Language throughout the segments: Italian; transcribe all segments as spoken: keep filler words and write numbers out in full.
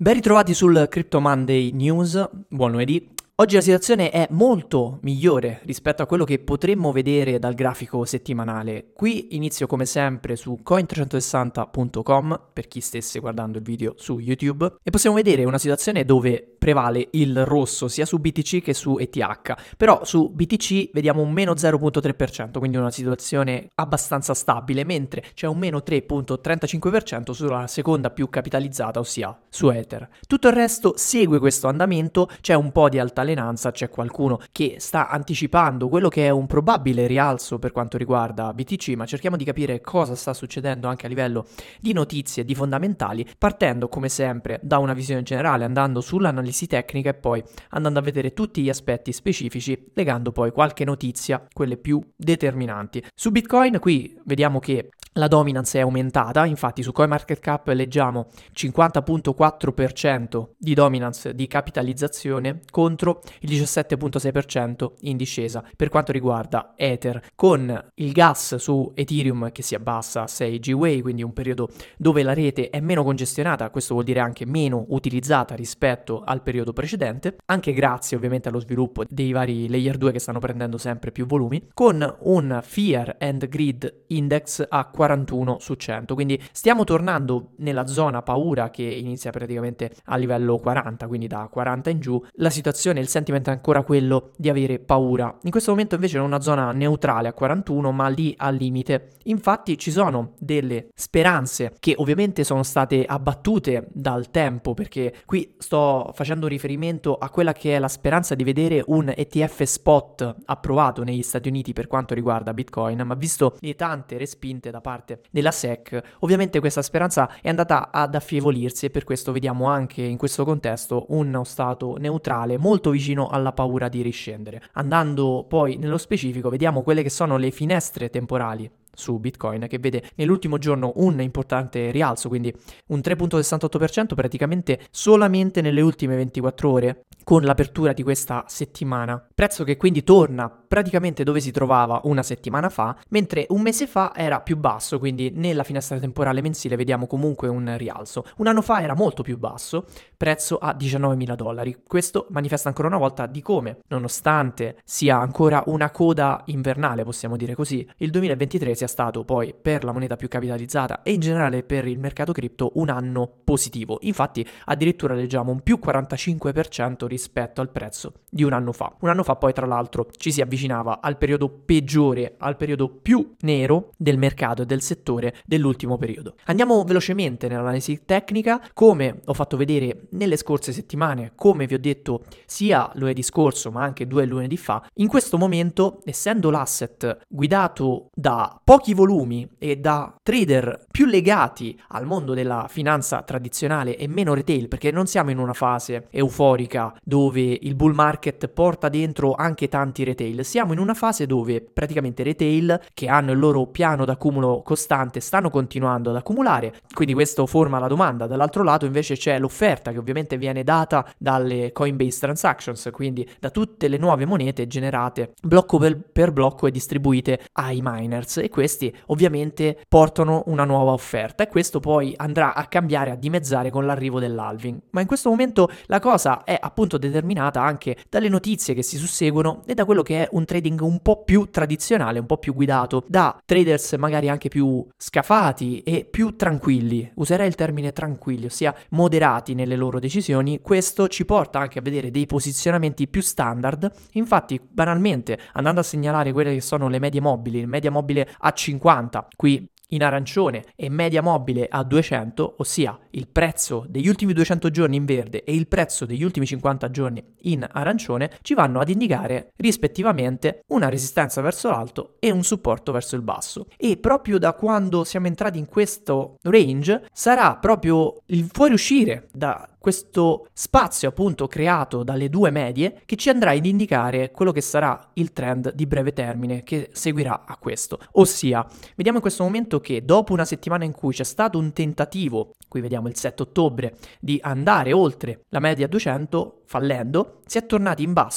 Ben ritrovati sul Crypto Monday News, buon lunedì. Oggi la situazione è molto migliore rispetto a quello che potremmo vedere dal grafico settimanale. Qui inizio come sempre su coin trecentosessanta punto com per chi stesse guardando il video su YouTube e possiamo vedere una situazione dove prevale il rosso sia su B T C che su E T H, però su B T C vediamo un meno zero virgola tre per cento, quindi una situazione abbastanza stabile, mentre c'è un meno tre virgola trentacinque per cento sulla seconda più capitalizzata, ossia su Ether. Tutto il resto segue questo andamento, c'è un po' di altalenanza, c'è qualcuno che sta anticipando quello che è un probabile rialzo per quanto riguarda B T C, ma cerchiamo di capire cosa sta succedendo anche a livello di notizie, di fondamentali, partendo come sempre da una visione generale, andando sull'analisi tecnica e poi andando a vedere tutti gli aspetti specifici, legando poi qualche notizia, quelle più determinanti. Su Bitcoin qui vediamo che la dominance è aumentata, infatti su CoinMarketCap leggiamo cinquanta virgola quattro per cento di dominance di capitalizzazione contro il diciassette virgola sei per cento in discesa. Per quanto riguarda Ether, con il gas su Ethereum che si abbassa a sei G-Way, quindi un periodo dove la rete è meno congestionata, questo vuol dire anche meno utilizzata rispetto al periodo precedente, anche grazie ovviamente allo sviluppo dei vari layer due che stanno prendendo sempre più volumi, con un Fear and Greed Index a quarantuno su cento, quindi stiamo tornando nella zona paura che inizia praticamente a livello quaranta, quindi da quaranta in giù. La situazione, il sentiment è ancora quello di avere paura. In questo momento invece è una zona neutrale a quarantuno, ma lì al limite. Infatti ci sono delle speranze che ovviamente sono state abbattute dal tempo, perché qui sto facendo riferimento a quella che è la speranza di vedere un E T F spot approvato negli Stati Uniti per quanto riguarda Bitcoin, ma visto le tante respinte da parte della S E C, ovviamente questa speranza è andata ad affievolirsi e per questo vediamo anche in questo contesto uno stato neutrale molto vicino alla paura di riscendere. Andando poi nello specifico vediamo quelle che sono le finestre temporali su Bitcoin, che vede nell'ultimo giorno un importante rialzo, quindi un tre virgola sessantotto per cento praticamente solamente nelle ultime ventiquattro ore con l'apertura di questa settimana, prezzo che quindi torna praticamente dove si trovava una settimana fa, mentre un mese fa era più basso, quindi nella finestra temporale mensile vediamo comunque un rialzo. Un anno fa era molto più basso, prezzo a diciannovemila dollari. Questo manifesta ancora una volta di come, nonostante sia ancora una coda invernale, possiamo dire così, il duemilaventitré sia stato poi per la moneta più capitalizzata e in generale per il mercato cripto un anno positivo. Infatti addirittura leggiamo un più quarantacinque per cento rispetto al prezzo di un anno fa. Un anno fa poi tra l'altro ci si avvicinava al periodo peggiore, al periodo più nero del mercato e del settore dell'ultimo periodo. Andiamo velocemente nell'analisi tecnica, come ho fatto vedere nelle scorse settimane, come vi ho detto sia lunedì scorso ma anche due lunedì fa. In questo momento, essendo l'asset guidato da pochi volumi e da trader più legati al mondo della finanza tradizionale e meno retail, perché non siamo in una fase euforica dove il bull market porta dentro anche tanti retail, siamo in una fase dove praticamente retail che hanno il loro piano d'accumulo costante stanno continuando ad accumulare, quindi questo forma la domanda. Dall'altro lato invece c'è l'offerta che ovviamente viene data dalle Coinbase Transactions, quindi da tutte le nuove monete generate blocco per, per blocco e distribuite ai miners, e questi ovviamente portano una nuova offerta e questo poi andrà a cambiare, a dimezzare con l'arrivo dell'halving. Ma in questo momento la cosa è appunto determinata anche dalle notizie che si susseguono e da quello che è un trading un po' più tradizionale, un po' più guidato da traders magari anche più scafati e più tranquilli. Userei il termine tranquilli, ossia moderati nelle loro decisioni. Questo ci porta anche a vedere dei posizionamenti più standard. Infatti, banalmente, andando a segnalare quelle che sono le medie mobili, media mobile a cinquanta, qui in arancione, e media mobile a duecento, ossia il prezzo degli ultimi duecento giorni in verde e il prezzo degli ultimi cinquanta giorni in arancione, ci vanno ad indicare rispettivamente una resistenza verso l'alto e un supporto verso il basso. E proprio da quando siamo entrati in questo range sarà proprio il fuoriuscire da questo spazio appunto creato dalle due medie che ci andrà ad indicare quello che sarà il trend di breve termine che seguirà a questo. Ossia, vediamo in questo momento che dopo una settimana in cui c'è stato un tentativo, qui vediamo il sette ottobre, di andare oltre la media duecento fallendo, si è tornati in basso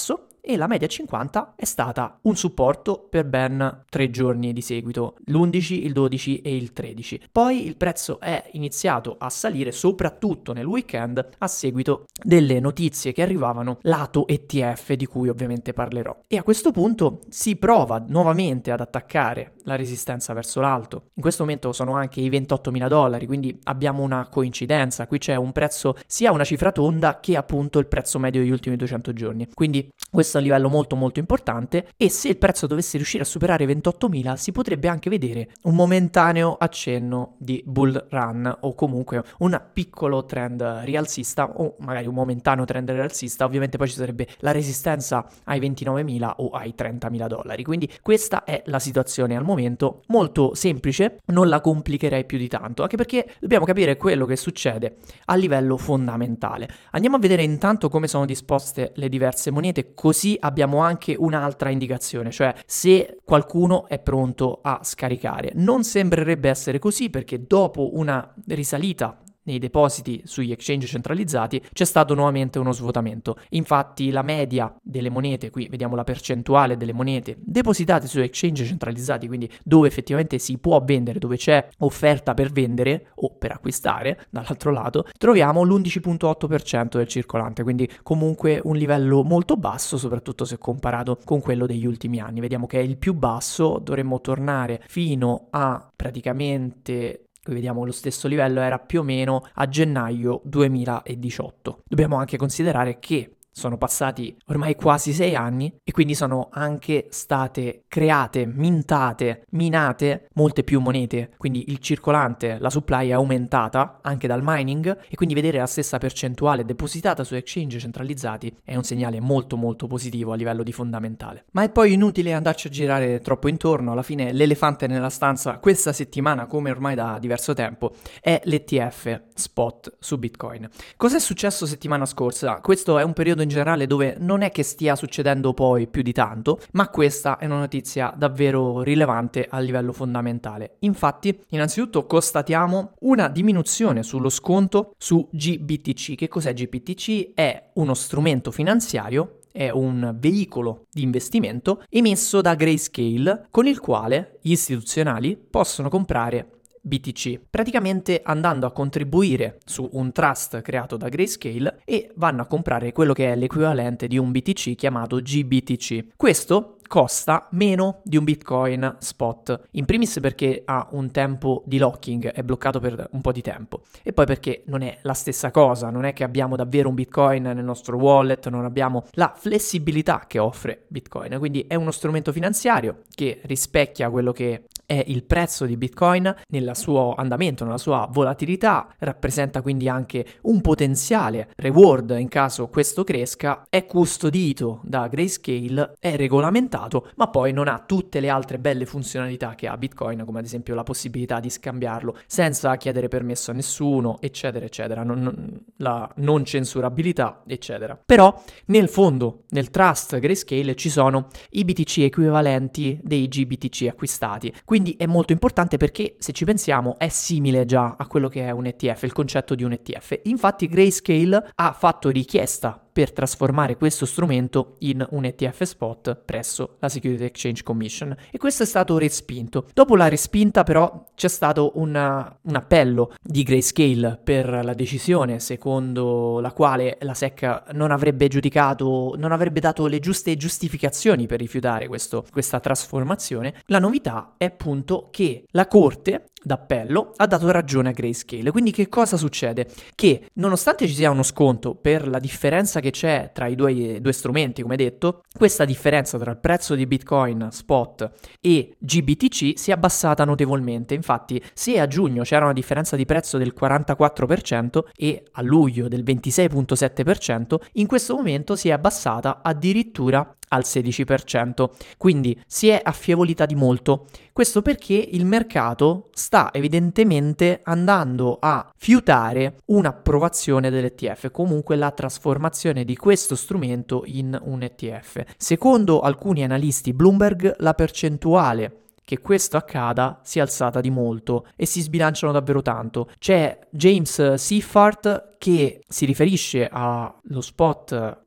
e la media cinquanta è stata un supporto per ben tre giorni di seguito, l'undici, il dodici e il tredici. Poi il prezzo è iniziato a salire soprattutto nel weekend a seguito delle notizie che arrivavano lato E T F, di cui ovviamente parlerò. E a questo punto si prova nuovamente ad attaccare la resistenza verso l'alto. In questo momento sono anche i ventottomila dollari, quindi abbiamo una coincidenza. Qui c'è un prezzo, sia una cifra tonda che appunto il prezzo medio degli ultimi duecento giorni. Quindi questo è un livello molto molto importante, e se il prezzo dovesse riuscire a superare i ventottomila si potrebbe anche vedere un momentaneo accenno di bull run, o comunque un piccolo trend rialzista, o magari un momentaneo trend rialzista. Ovviamente poi ci sarebbe la resistenza ai ventinovemila o ai trentamila dollari. Quindi questa è la situazione al momento, molto semplice, non la complicherei più di tanto, anche perché dobbiamo capire quello che succede a livello fondamentale. Andiamo a vedere intanto come sono disposte le diverse monete, così abbiamo anche un'altra indicazione, cioè se qualcuno è pronto a scaricare. Non sembrerebbe essere così, perché dopo una risalita nei depositi sugli exchange centralizzati c'è stato nuovamente uno svuotamento. Infatti la media delle monete, qui vediamo la percentuale delle monete depositate su exchange centralizzati, quindi dove effettivamente si può vendere, dove c'è offerta per vendere o per acquistare, dall'altro lato troviamo l'undici virgola otto per cento del circolante, quindi comunque un livello molto basso, soprattutto se comparato con quello degli ultimi anni. Vediamo che è il più basso, dovremmo tornare fino a praticamente... Qui vediamo lo stesso livello, era più o meno a gennaio duemiladiciotto. Dobbiamo anche considerare che sono passati ormai quasi sei anni e quindi sono anche state create, mintate, minate molte più monete, quindi il circolante, la supply è aumentata anche dal mining, e quindi vedere la stessa percentuale depositata su exchange centralizzati è un segnale molto molto positivo a livello di fondamentale. Ma è poi inutile andarci a girare troppo intorno, alla fine l'elefante nella stanza questa settimana, come ormai da diverso tempo, è l'E T F spot su Bitcoin. Cos'è successo settimana scorsa? Questo è un periodo in generale dove non è che stia succedendo poi più di tanto, ma questa è una notizia davvero rilevante a livello fondamentale. Infatti, innanzitutto constatiamo una diminuzione sullo sconto su G B T C. Che cos'è G B T C? È uno strumento finanziario, è un veicolo di investimento emesso da Grayscale, con il quale gli istituzionali possono comprare B T C, praticamente andando a contribuire su un trust creato da Grayscale, e vanno a comprare quello che è l'equivalente di un B T C chiamato G B T C. Questo costa meno di un Bitcoin spot, in primis perché ha un tempo di locking, è bloccato per un po' di tempo, e poi perché non è la stessa cosa, non è che abbiamo davvero un Bitcoin nel nostro wallet, non abbiamo la flessibilità che offre Bitcoin, quindi è uno strumento finanziario che rispecchia quello che è il prezzo di Bitcoin nel suo andamento, nella sua volatilità, rappresenta quindi anche un potenziale reward in caso questo cresca, è custodito da Grayscale, è regolamentato, ma poi non ha tutte le altre belle funzionalità che ha Bitcoin, come ad esempio la possibilità di scambiarlo senza chiedere permesso a nessuno, eccetera eccetera, non, non, la non censurabilità, eccetera. Però nel fondo, nel trust Grayscale, ci sono i B T C equivalenti dei G B T C acquistati. Quindi è molto importante perché, se ci pensiamo, è simile già a quello che è un E T F, il concetto di un E T F. Infatti Grayscale ha fatto richiesta per trasformare questo strumento in un E T F spot presso la Security Exchange Commission, e questo è stato respinto. Dopo la respinta però c'è stato una, un appello di Grayscale per la decisione secondo la quale la S E C non avrebbe giudicato, non avrebbe dato le giuste giustificazioni per rifiutare questo, questa trasformazione. La novità è appunto che la Corte d'appello ha dato ragione a Grayscale. Quindi che cosa succede? Che nonostante ci sia uno sconto per la differenza che c'è tra i due, due strumenti, come detto, questa differenza tra il prezzo di Bitcoin spot e G B T C si è abbassata notevolmente. Infatti, se a giugno c'era una differenza di prezzo del quarantaquattro per cento e a luglio del ventisei virgola sette per cento, in questo momento si è abbassata addirittura al sedici per cento, quindi si è affievolita di molto. Questo perché il mercato sta evidentemente andando a fiutare un'approvazione dell'E T F, comunque la trasformazione di questo strumento in un E T F. Secondo alcuni analisti Bloomberg, la percentuale che questo accada si è alzata di molto e si sbilanciano davvero tanto. C'è James Seyffart che si riferisce allo spot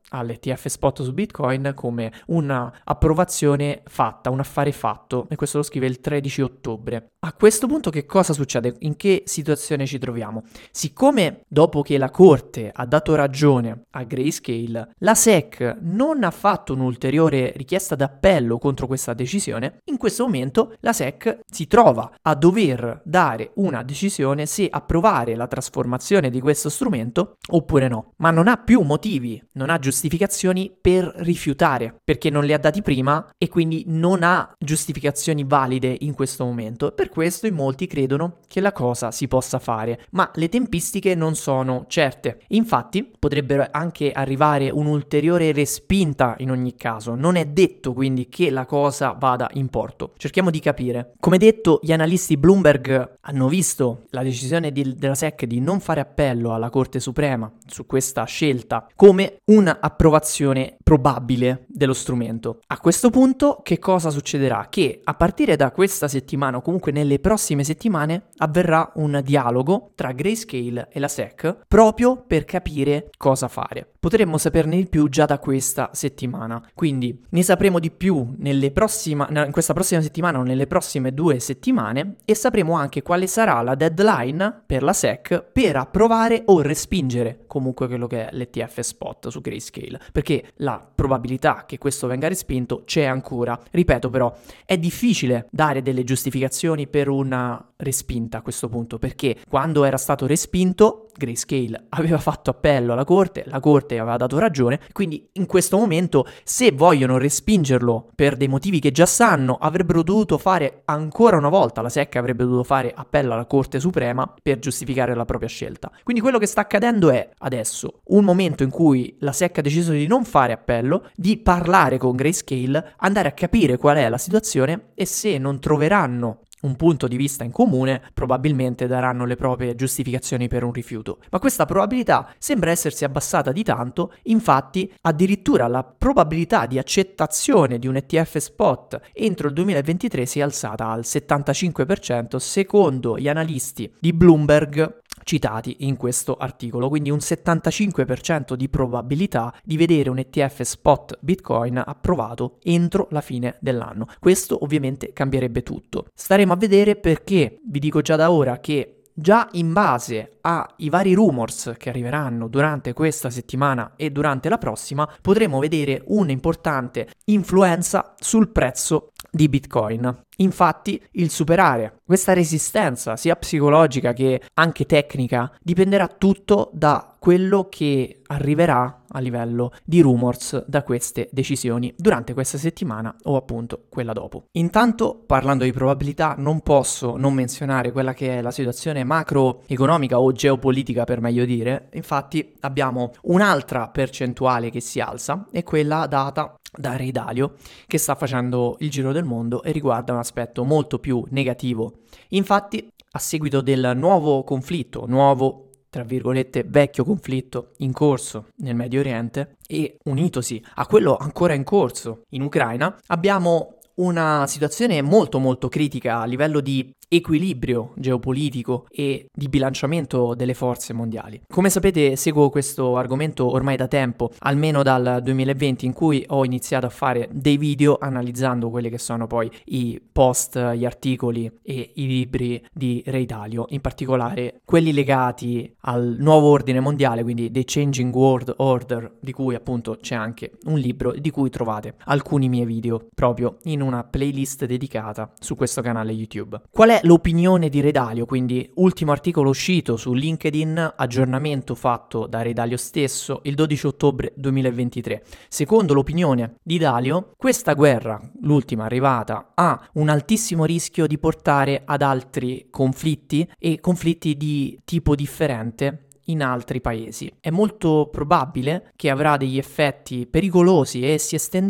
all'E T F spot su Bitcoin come una approvazione fatta, un affare fatto, e questo lo scrive il tredici ottobre. A questo punto che cosa succede? In che situazione ci troviamo? Siccome dopo che la Corte ha dato ragione a Grayscale, la S E C non ha fatto un'ulteriore richiesta d'appello contro questa decisione, in questo momento la S E C si trova a dover dare una decisione se approvare la trasformazione di questo strumento oppure no, ma non ha più motivi, non ha giustificazioni per rifiutare, perché non li ha dati prima e quindi non ha giustificazioni valide in questo momento. Per questo in molti credono che la cosa si possa fare, ma le tempistiche non sono certe. Infatti potrebbero anche arrivare un'ulteriore respinta in ogni caso, non è detto quindi che la cosa vada in porto. Cerchiamo di capire. Come detto, gli analisti Bloomberg hanno visto la decisione di, della S E C di non fare appello alla Corte Suprema su questa scelta come un'approvazione probabile dello strumento. A questo punto che cosa succederà? Che a partire da questa settimana o comunque nelle prossime settimane avverrà un dialogo tra Grayscale e la S E C proprio per capire cosa fare. Potremmo saperne di più già da questa settimana, quindi ne sapremo di più nelle prossima, in questa prossima settimana o nelle prossime due settimane e sapremo anche quale sarà la deadline per la S E C per approvare o respingere comunque quello che è l'E T F spot su Grayscale, perché la probabilità che questo venga respinto c'è ancora. Ripeto però, è difficile dare delle giustificazioni per una respinta a questo punto, perché quando era stato respinto Grayscale aveva fatto appello alla Corte, la Corte aveva dato ragione, quindi in questo momento se vogliono respingerlo per dei motivi che già sanno avrebbero dovuto fare ancora una volta, la S E C avrebbe dovuto fare appello alla Corte Suprema per giustificare la propria scelta. Quindi quello che sta accadendo è adesso un momento in cui la S E C ha deciso di non fare appello, di parlare con Grayscale, andare a capire qual è la situazione e se non troveranno un punto di vista in comune, probabilmente daranno le proprie giustificazioni per un rifiuto. Ma questa probabilità sembra essersi abbassata di tanto, infatti addirittura la probabilità di accettazione di un E T F spot entro il duemilaventitré si è alzata al settantacinque per cento secondo gli analisti di Bloomberg citati in questo articolo, quindi un settantacinque per cento di probabilità di vedere un E T F spot Bitcoin approvato entro la fine dell'anno. Questo ovviamente cambierebbe tutto. Staremo a vedere, perché vi dico già da ora che già in base ai vari rumors che arriveranno durante questa settimana e durante la prossima potremo vedere un'importante influenza sul prezzo di Bitcoin. Infatti il superare questa resistenza sia psicologica che anche tecnica dipenderà tutto da quello che arriverà a livello di rumors da queste decisioni durante questa settimana o appunto quella dopo. Intanto, parlando di probabilità, non posso non menzionare quella che è la situazione macroeconomica o geopolitica, per meglio dire. Infatti abbiamo un'altra percentuale che si alza, è quella data da Ray Dalio, che sta facendo il giro del mondo e riguarda un aspetto molto più negativo. Infatti, a seguito del nuovo conflitto, nuovo tra virgolette vecchio conflitto in corso nel Medio Oriente e unitosi a quello ancora in corso in Ucraina, abbiamo una situazione molto molto critica a livello di equilibrio geopolitico e di bilanciamento delle forze mondiali. Come sapete, seguo questo argomento ormai da tempo, almeno dal duemilaventi, in cui ho iniziato a fare dei video analizzando quelli che sono poi i post, gli articoli e i libri di Ray Dalio, in particolare quelli legati al nuovo ordine mondiale, quindi The Changing World Order, di cui appunto c'è anche un libro, di cui trovate alcuni miei video proprio in una playlist dedicata su questo canale YouTube. Qual è l'opinione di Ray Dalio? Quindi ultimo articolo uscito su LinkedIn, aggiornamento fatto da Ray Dalio stesso il dodici ottobre duemilaventitré. Secondo l'opinione di Dalio, questa guerra, l'ultima arrivata, ha un altissimo rischio di portare ad altri conflitti e conflitti di tipo differente in altri paesi. È molto probabile che avrà degli effetti pericolosi e si estenderà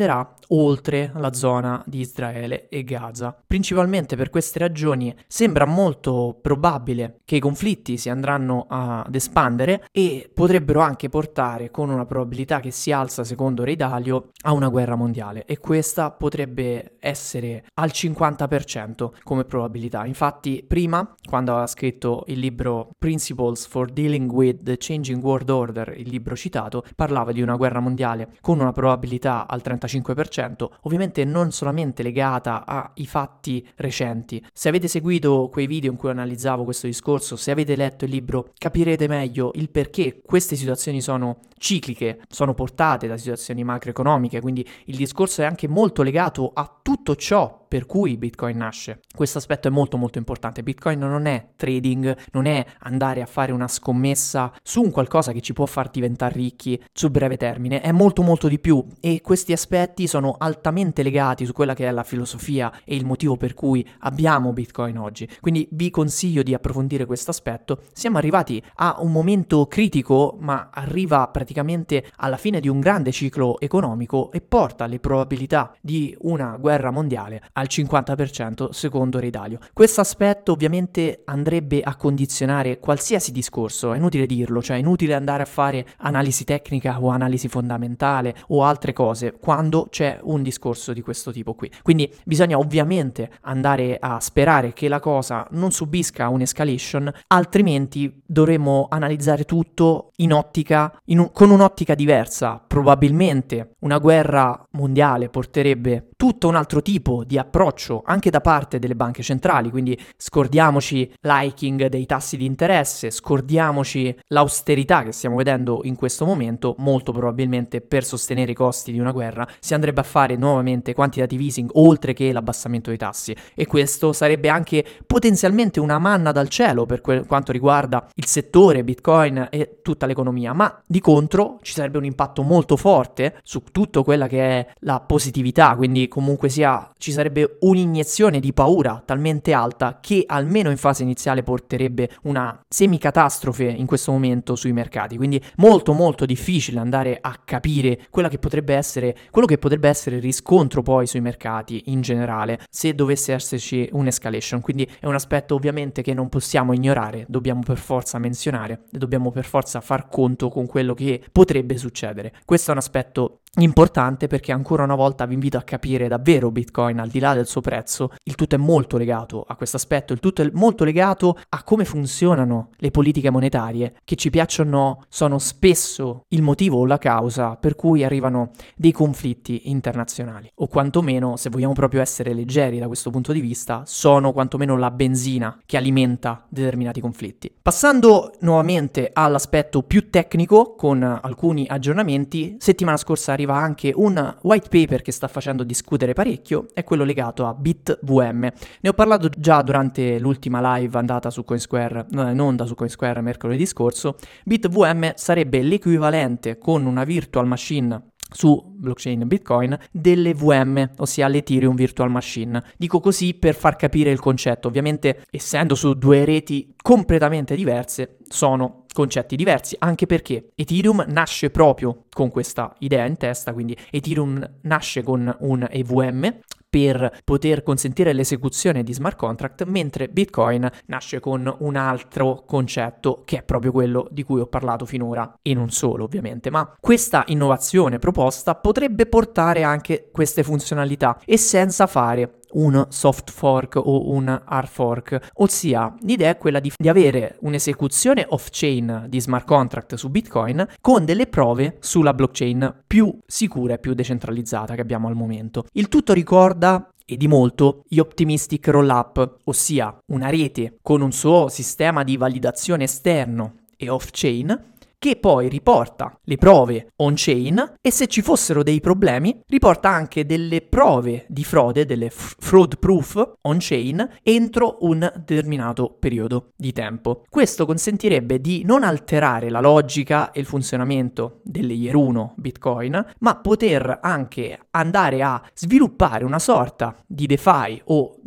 oltre la zona di Israele e Gaza. Principalmente per queste ragioni sembra molto probabile che i conflitti si andranno ad espandere e potrebbero anche portare, con una probabilità che si alza secondo Ray Dalio, a una guerra mondiale, e questa potrebbe essere al cinquanta per cento come probabilità. Infatti prima, quando aveva scritto il libro Principles for Dealing with the Changing World Order, il libro citato, parlava di una guerra mondiale con una probabilità al trentacinque per cento, ovviamente non solamente legata ai fatti recenti. Se avete seguito quei video in cui analizzavo questo discorso, se avete letto il libro, capirete meglio il perché queste situazioni sono cicliche, sono portate da situazioni macroeconomiche, quindi il discorso è anche molto legato a tutto ciò per cui Bitcoin nasce. Questo aspetto è molto molto importante. Bitcoin non è trading, non è andare a fare una scommessa su un qualcosa che ci può far diventare ricchi su breve termine, è molto molto di più, e questi aspetti sono altamente legati su quella che è la filosofia e il motivo per cui abbiamo Bitcoin oggi. Quindi vi consiglio di approfondire questo aspetto. Siamo arrivati a un momento critico, ma arriva praticamente alla fine di un grande ciclo economico e porta le probabilità di una guerra mondiale al cinquanta per cento secondo Ray Dalio. Questo aspetto ovviamente andrebbe a condizionare qualsiasi discorso, è inutile dirlo, cioè è inutile andare a fare analisi tecnica o analisi fondamentale o altre cose quando c'è un discorso di questo tipo qui. Quindi bisogna ovviamente andare a sperare che la cosa non subisca un'escalation, altrimenti dovremo analizzare tutto in ottica, in un, con un'ottica diversa. Probabilmente una guerra mondiale porterebbe tutto un altro tipo di approccio anche da parte delle banche centrali, quindi scordiamoci l'hiking dei tassi di interesse, scordiamoci l'austerità che stiamo vedendo in questo momento. Molto probabilmente per sostenere i costi di una guerra si andrebbe a fare nuovamente quantitative easing oltre che l'abbassamento dei tassi, e questo sarebbe anche potenzialmente una manna dal cielo per que- quanto riguarda il settore Bitcoin e tutta l'economia, ma di contro ci sarebbe un impatto molto forte su tutto quella che è la positività, quindi comunque sia ci sarebbe un'iniezione di paura talmente alta che almeno in fase iniziale porterebbe una semicatastrofe in questo momento sui mercati. Quindi molto molto difficile andare a capire quella che potrebbe essere quello che potrebbe essere il riscontro poi sui mercati in generale se dovesse esserci un'escalation. Quindi è un aspetto ovviamente che non possiamo ignorare, dobbiamo per forza menzionare e dobbiamo per forza far conto con quello che potrebbe succedere. Questo è un aspetto importante perché ancora una volta vi invito a capire davvero Bitcoin al di là del suo prezzo. Il tutto è molto legato a questo aspetto, il tutto è molto legato a come funzionano le politiche monetarie, che ci piacciono o no sono spesso il motivo o la causa per cui arrivano dei conflitti internazionali, o quantomeno, se vogliamo proprio essere leggeri da questo punto di vista, sono quantomeno la benzina che alimenta determinati conflitti. Passando nuovamente all'aspetto più tecnico con alcuni aggiornamenti, settimana scorsa arriva anche un white paper che sta facendo discutere parecchio, è quello legato a BitVM. Ne ho parlato già durante l'ultima live andata su Coinsquare, no, in onda su Coinsquare mercoledì scorso. BitVM sarebbe l'equivalente con una virtual machine su blockchain Bitcoin delle V M, ossia l'Ethereum Virtual Machine. Dico così per far capire il concetto. Ovviamente, essendo su due reti completamente diverse, sono concetti diversi, anche perché Ethereum nasce proprio con questa idea in testa, quindi Ethereum nasce con un E V M per poter consentire l'esecuzione di smart contract, mentre Bitcoin nasce con un altro concetto che è proprio quello di cui ho parlato finora, e non solo ovviamente, ma questa innovazione proposta potrebbe portare anche queste funzionalità e senza fare un soft fork o un hard fork, ossia l'idea è quella di, di avere un'esecuzione off-chain di smart contract su Bitcoin con delle prove sulla blockchain più sicura e più decentralizzata che abbiamo al momento. Il tutto ricorda e di molto gli optimistic rollup, ossia una rete con un suo sistema di validazione esterno e off-chain che poi riporta le prove on-chain e se ci fossero dei problemi riporta anche delle prove di frode, delle f- fraud proof on-chain entro un determinato periodo di tempo. Questo consentirebbe di non alterare la logica e il funzionamento delle layer uno Bitcoin, ma poter anche andare a sviluppare una sorta di DeFi o di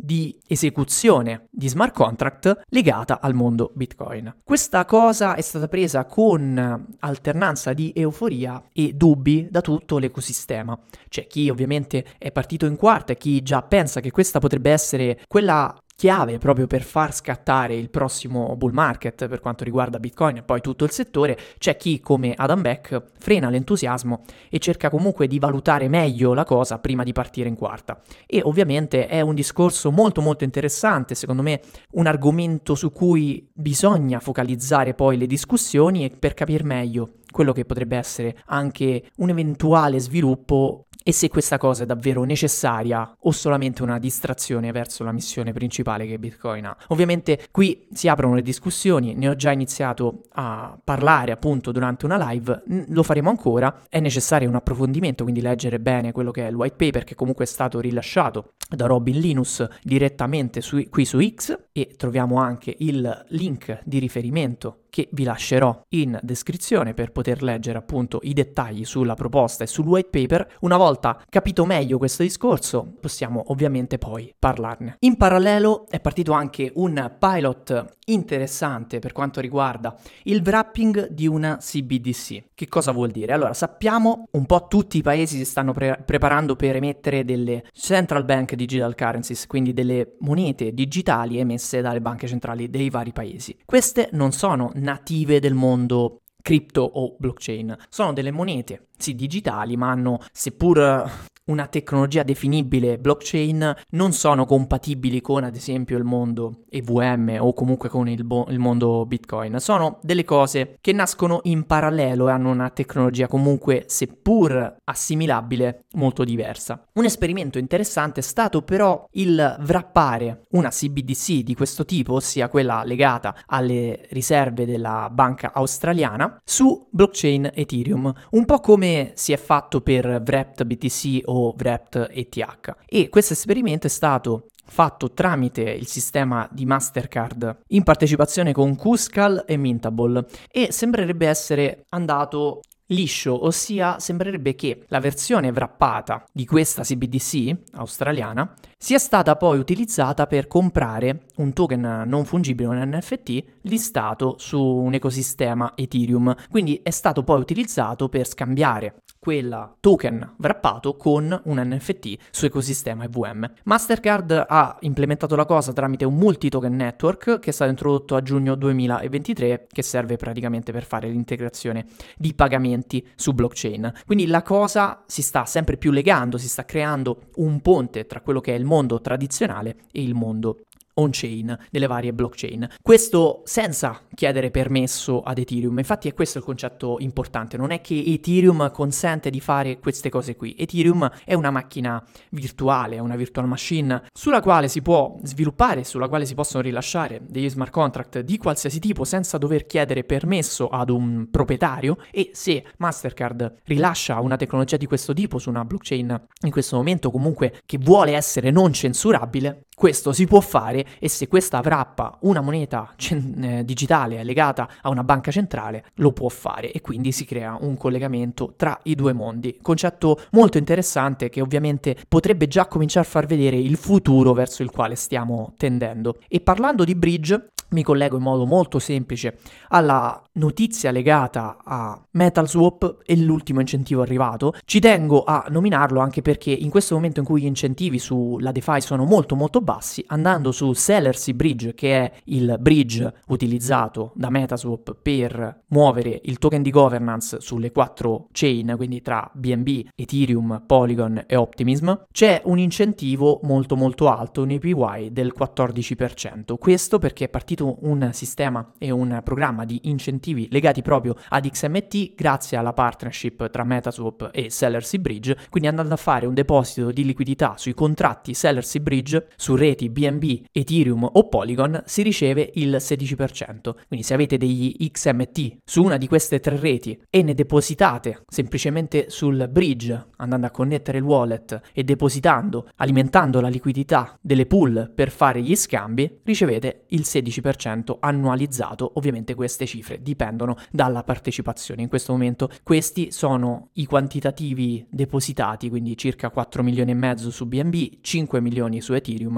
esecuzione di smart contract legata al mondo Bitcoin. Questa cosa è stata presa con alternanza di euforia e dubbi da tutto l'ecosistema. C'è chi ovviamente è partito in quarta e chi già pensa che questa potrebbe essere quella chiave proprio per far scattare il prossimo bull market per quanto riguarda Bitcoin e poi tutto il settore. C'è chi, come Adam Beck, frena l'entusiasmo e cerca comunque di valutare meglio la cosa prima di partire in quarta. E ovviamente è un discorso molto molto interessante, secondo me un argomento su cui bisogna focalizzare poi le discussioni e per capire meglio quello che potrebbe essere anche un eventuale sviluppo e se questa cosa è davvero necessaria o solamente una distrazione verso la missione principale che Bitcoin ha. Ovviamente qui si aprono le discussioni, ne ho già iniziato a parlare appunto durante una live, lo faremo ancora, è necessario un approfondimento, quindi leggere bene quello che è il white paper che comunque è stato rilasciato da Robin Linus direttamente su, qui su X, e troviamo anche il link di riferimento che vi lascerò in descrizione per poter leggere appunto i dettagli sulla proposta e sul white paper. Una volta capito meglio questo discorso possiamo ovviamente poi parlarne. In parallelo è partito anche un pilot interessante per quanto riguarda il wrapping di una C B D C. Che cosa vuol dire? Allora, sappiamo un po' tutti i paesi si stanno pre- preparando per emettere delle central bank digital currencies, quindi delle monete digitali emesse dalle banche centrali dei vari paesi. Queste non sono native del mondo cripto o blockchain, sono delle monete sì digitali, ma hanno, seppur una tecnologia definibile blockchain, non sono compatibili con ad esempio il mondo E V M o comunque con il, bo- il mondo Bitcoin. Sono delle cose che nascono in parallelo e hanno una tecnologia comunque, seppur assimilabile, molto diversa. Un esperimento interessante è stato però il wrappare una C B D C di questo tipo, ossia quella legata alle riserve della banca australiana, su blockchain Ethereum, un po' come si è fatto per Wrapped B T C o Wrapped E T H. E questo esperimento è stato fatto tramite il sistema di Mastercard in partecipazione con Cuscal e Mintable e sembrerebbe essere andato liscio, ossia sembrerebbe che la versione wrappata di questa C B D C australiana sia stata poi utilizzata per comprare un token non fungibile, un N F T, listato su un ecosistema Ethereum. Quindi è stato poi utilizzato per scambiare quella token wrappato con un N F T su ecosistema E V M. Mastercard ha implementato la cosa tramite un multi-token network che è stato introdotto a giugno duemilaventitré, che serve praticamente per fare l'integrazione di pagamenti su blockchain. Quindi la cosa si sta sempre più legando, si sta creando un ponte tra quello che è il mondo tradizionale e il mondo on-chain delle varie blockchain. Questo senza chiedere permesso ad Ethereum. Infatti è questo il concetto importante, non è che Ethereum consente di fare queste cose qui. Ethereum è una macchina virtuale, una virtual machine sulla quale si può sviluppare, sulla quale si possono rilasciare degli smart contract di qualsiasi tipo senza dover chiedere permesso ad un proprietario, e se Mastercard rilascia una tecnologia di questo tipo su una blockchain in questo momento comunque che vuole essere non censurabile, questo si può fare, e se questa wrappa una moneta cen- eh, digitale legata a una banca centrale lo può fare, e quindi si crea un collegamento tra i due mondi. Concetto molto interessante che ovviamente potrebbe già cominciare a far vedere il futuro verso il quale stiamo tendendo. E parlando di bridge, mi collego in modo molto semplice alla notizia legata a MetalSwap e l'ultimo incentivo arrivato. Ci tengo a nominarlo anche perché in questo momento in cui gli incentivi sulla DeFi sono molto molto bassi, andando su Celercy Bridge, che è il bridge utilizzato da MetaSwap per muovere il token di governance sulle quattro chain, quindi tra B N B, Ethereum, Polygon e Optimism, c'è un incentivo molto molto alto, un A P Y del quattordici per cento. Questo perché è partito un sistema e un programma di incentivi legati proprio ad X M T grazie alla partnership tra MetaSwap e Celercy Bridge, quindi andando a fare un deposito di liquidità sui contratti Celercy Bridge su reti B N B, Ethereum o Polygon si riceve il sedici per cento. Quindi se avete degli X M T su una di queste tre reti e ne depositate semplicemente sul bridge, andando a connettere il wallet e depositando, alimentando la liquidità delle pool per fare gli scambi, ricevete il sedici per cento annualizzato. Ovviamente queste cifre dipendono dalla partecipazione. In questo momento questi sono i quantitativi depositati, quindi circa quattro milioni e mezzo su B N B, cinque milioni su Ethereum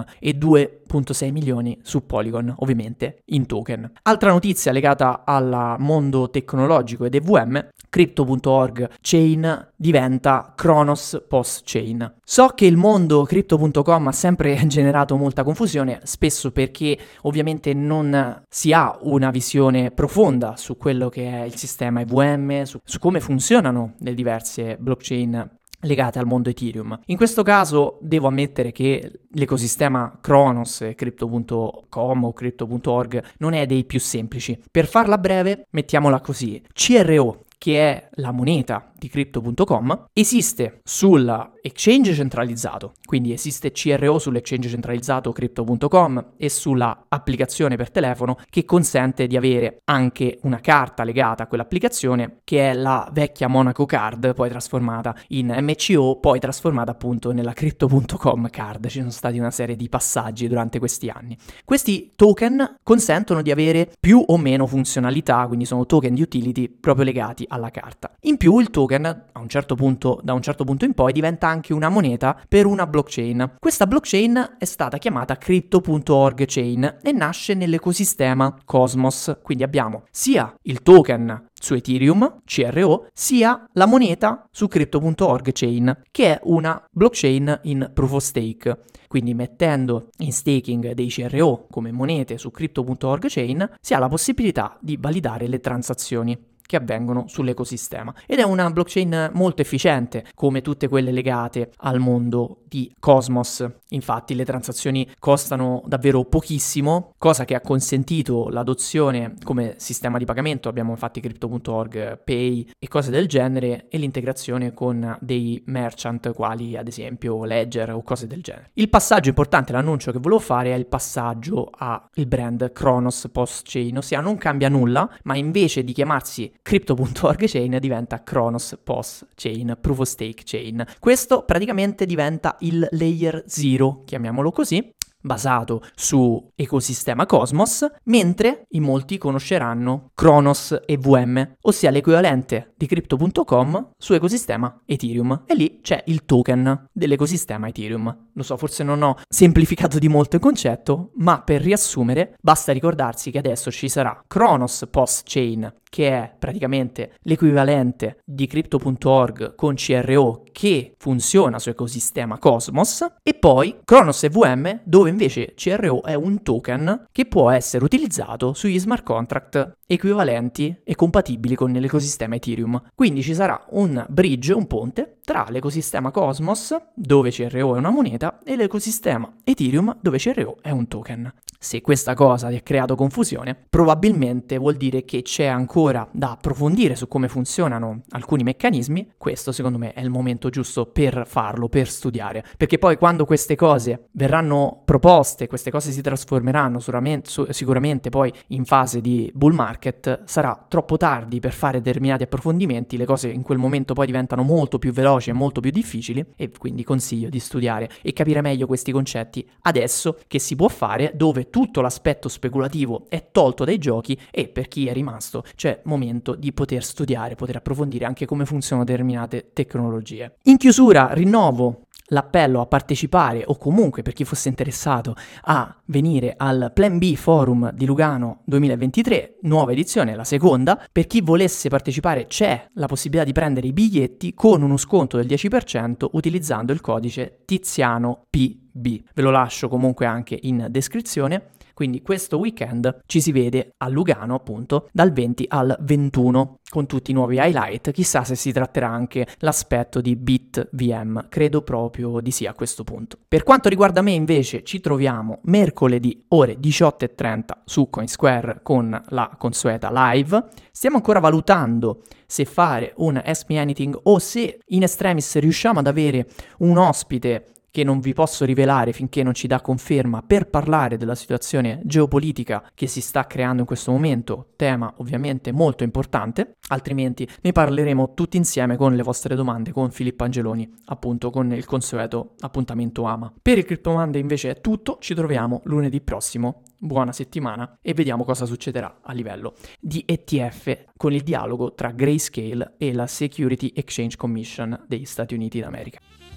Ethereum e due virgola sei milioni su Polygon, ovviamente in token. Altra notizia legata al mondo tecnologico ed E V M, Crypto punto org Chain diventa Cronos Post Chain. So che il mondo Crypto punto com ha sempre generato molta confusione, spesso perché ovviamente non si ha una visione profonda su quello che è il sistema E V M, su, su come funzionano le diverse blockchain legate al mondo Ethereum. In questo caso devo ammettere che l'ecosistema Cronos e Crypto punto com o Crypto punto org non è dei più semplici. Per farla breve, mettiamola così: C R O, che è la moneta di Crypto punto com, esiste sull'exchange centralizzato, quindi esiste C R O sull'exchange centralizzato Crypto punto com e sulla applicazione per telefono che consente di avere anche una carta legata a quell'applicazione, che è la vecchia Monaco Card, poi trasformata in M C O, poi trasformata appunto nella Crypto punto com Card. Ci sono stati una serie di passaggi durante questi anni. Questi token consentono di avere più o meno funzionalità, quindi sono token di utility proprio legati alla carta. In più il token a un certo punto, da un certo punto in poi, diventa anche una moneta per una blockchain. Questa blockchain è stata chiamata Crypto punto org Chain e nasce nell'ecosistema Cosmos, quindi abbiamo sia il token su Ethereum, C R O, sia la moneta su Crypto punto org Chain, che è una blockchain in proof of stake. Quindi mettendo in staking dei C R O come monete su Crypto punto org Chain si ha la possibilità di validare le transazioni che avvengono sull'ecosistema, ed è una blockchain molto efficiente come tutte quelle legate al mondo di Cosmos. Infatti le transazioni costano davvero pochissimo, cosa che ha consentito l'adozione come sistema di pagamento. Abbiamo infatti Crypto punto org Pay e cose del genere, e l'integrazione con dei merchant quali ad esempio Ledger o cose del genere. Il passaggio importante, l'annuncio che volevo fare, è il passaggio al brand Cronos Post Chain, ossia non cambia nulla, ma invece di chiamarsi Crypto punto org Chain diventa Cronos Post Chain, Proof of Stake Chain. Questo praticamente diventa il layer zero, chiamiamolo così, basato su ecosistema Cosmos, mentre in molti conosceranno Cronos E V M, ossia l'equivalente di Crypto punto com su ecosistema Ethereum, e lì c'è il token dell'ecosistema Ethereum. Lo so, forse non ho semplificato di molto il concetto, ma per riassumere basta ricordarsi che adesso ci sarà Cronos Post Chain, che è praticamente l'equivalente di Crypto punto org con C R O che funziona su ecosistema Cosmos, e poi Cronos E V M, dove invece C R O è un token che può essere utilizzato sugli smart contract equivalenti e compatibili con l'ecosistema Ethereum. Quindi ci sarà un bridge, un ponte tra l'ecosistema Cosmos, dove C R O è una moneta, e l'ecosistema Ethereum, dove C R O è un token. Se questa cosa ti ha creato confusione, probabilmente vuol dire che c'è ancora da approfondire su come funzionano alcuni meccanismi. Questo secondo me è il momento giusto per farlo, per studiare, perché poi quando queste cose verranno proposte, queste cose si trasformeranno sicuramente, sicuramente poi in fase di bull market, sarà troppo tardi per fare determinati approfondimenti, le cose in quel momento poi diventano molto più veloci e molto più difficili, e quindi consiglio di studiare e capire meglio questi concetti adesso che si può fare, dove tutto l'aspetto speculativo è tolto dai giochi, e per chi è rimasto c'è momento di poter studiare, poter approfondire anche come funzionano determinate tecnologie. In chiusura rinnovo l'appello a partecipare, o comunque per chi fosse interessato a venire al Plan B Forum di Lugano duemilaventitré, nuova edizione, la seconda. Per chi volesse partecipare c'è la possibilità di prendere i biglietti con uno sconto del dieci per cento utilizzando il codice Tiziano P B. Ve lo lascio comunque anche in descrizione. Quindi questo weekend ci si vede a Lugano, appunto, dal venti al ventuno, con tutti i nuovi highlight. Chissà se si tratterà anche l'aspetto di BitVM, credo proprio di sì a questo punto. Per quanto riguarda me invece, ci troviamo mercoledì ore diciotto e trenta su Coinsquare con la consueta live. Stiamo ancora valutando se fare un Ask Me Anything o se in extremis riusciamo ad avere un ospite che non vi posso rivelare finché non ci dà conferma, per parlare della situazione geopolitica che si sta creando in questo momento, tema ovviamente molto importante. Altrimenti ne parleremo tutti insieme con le vostre domande con Filippo Angeloni, appunto con il consueto appuntamento A M A. Per il Crypto Monday invece è tutto, ci troviamo lunedì prossimo, buona settimana, e vediamo cosa succederà a livello di E T F con il dialogo tra Grayscale e la Security Exchange Commission degli Stati Uniti d'America.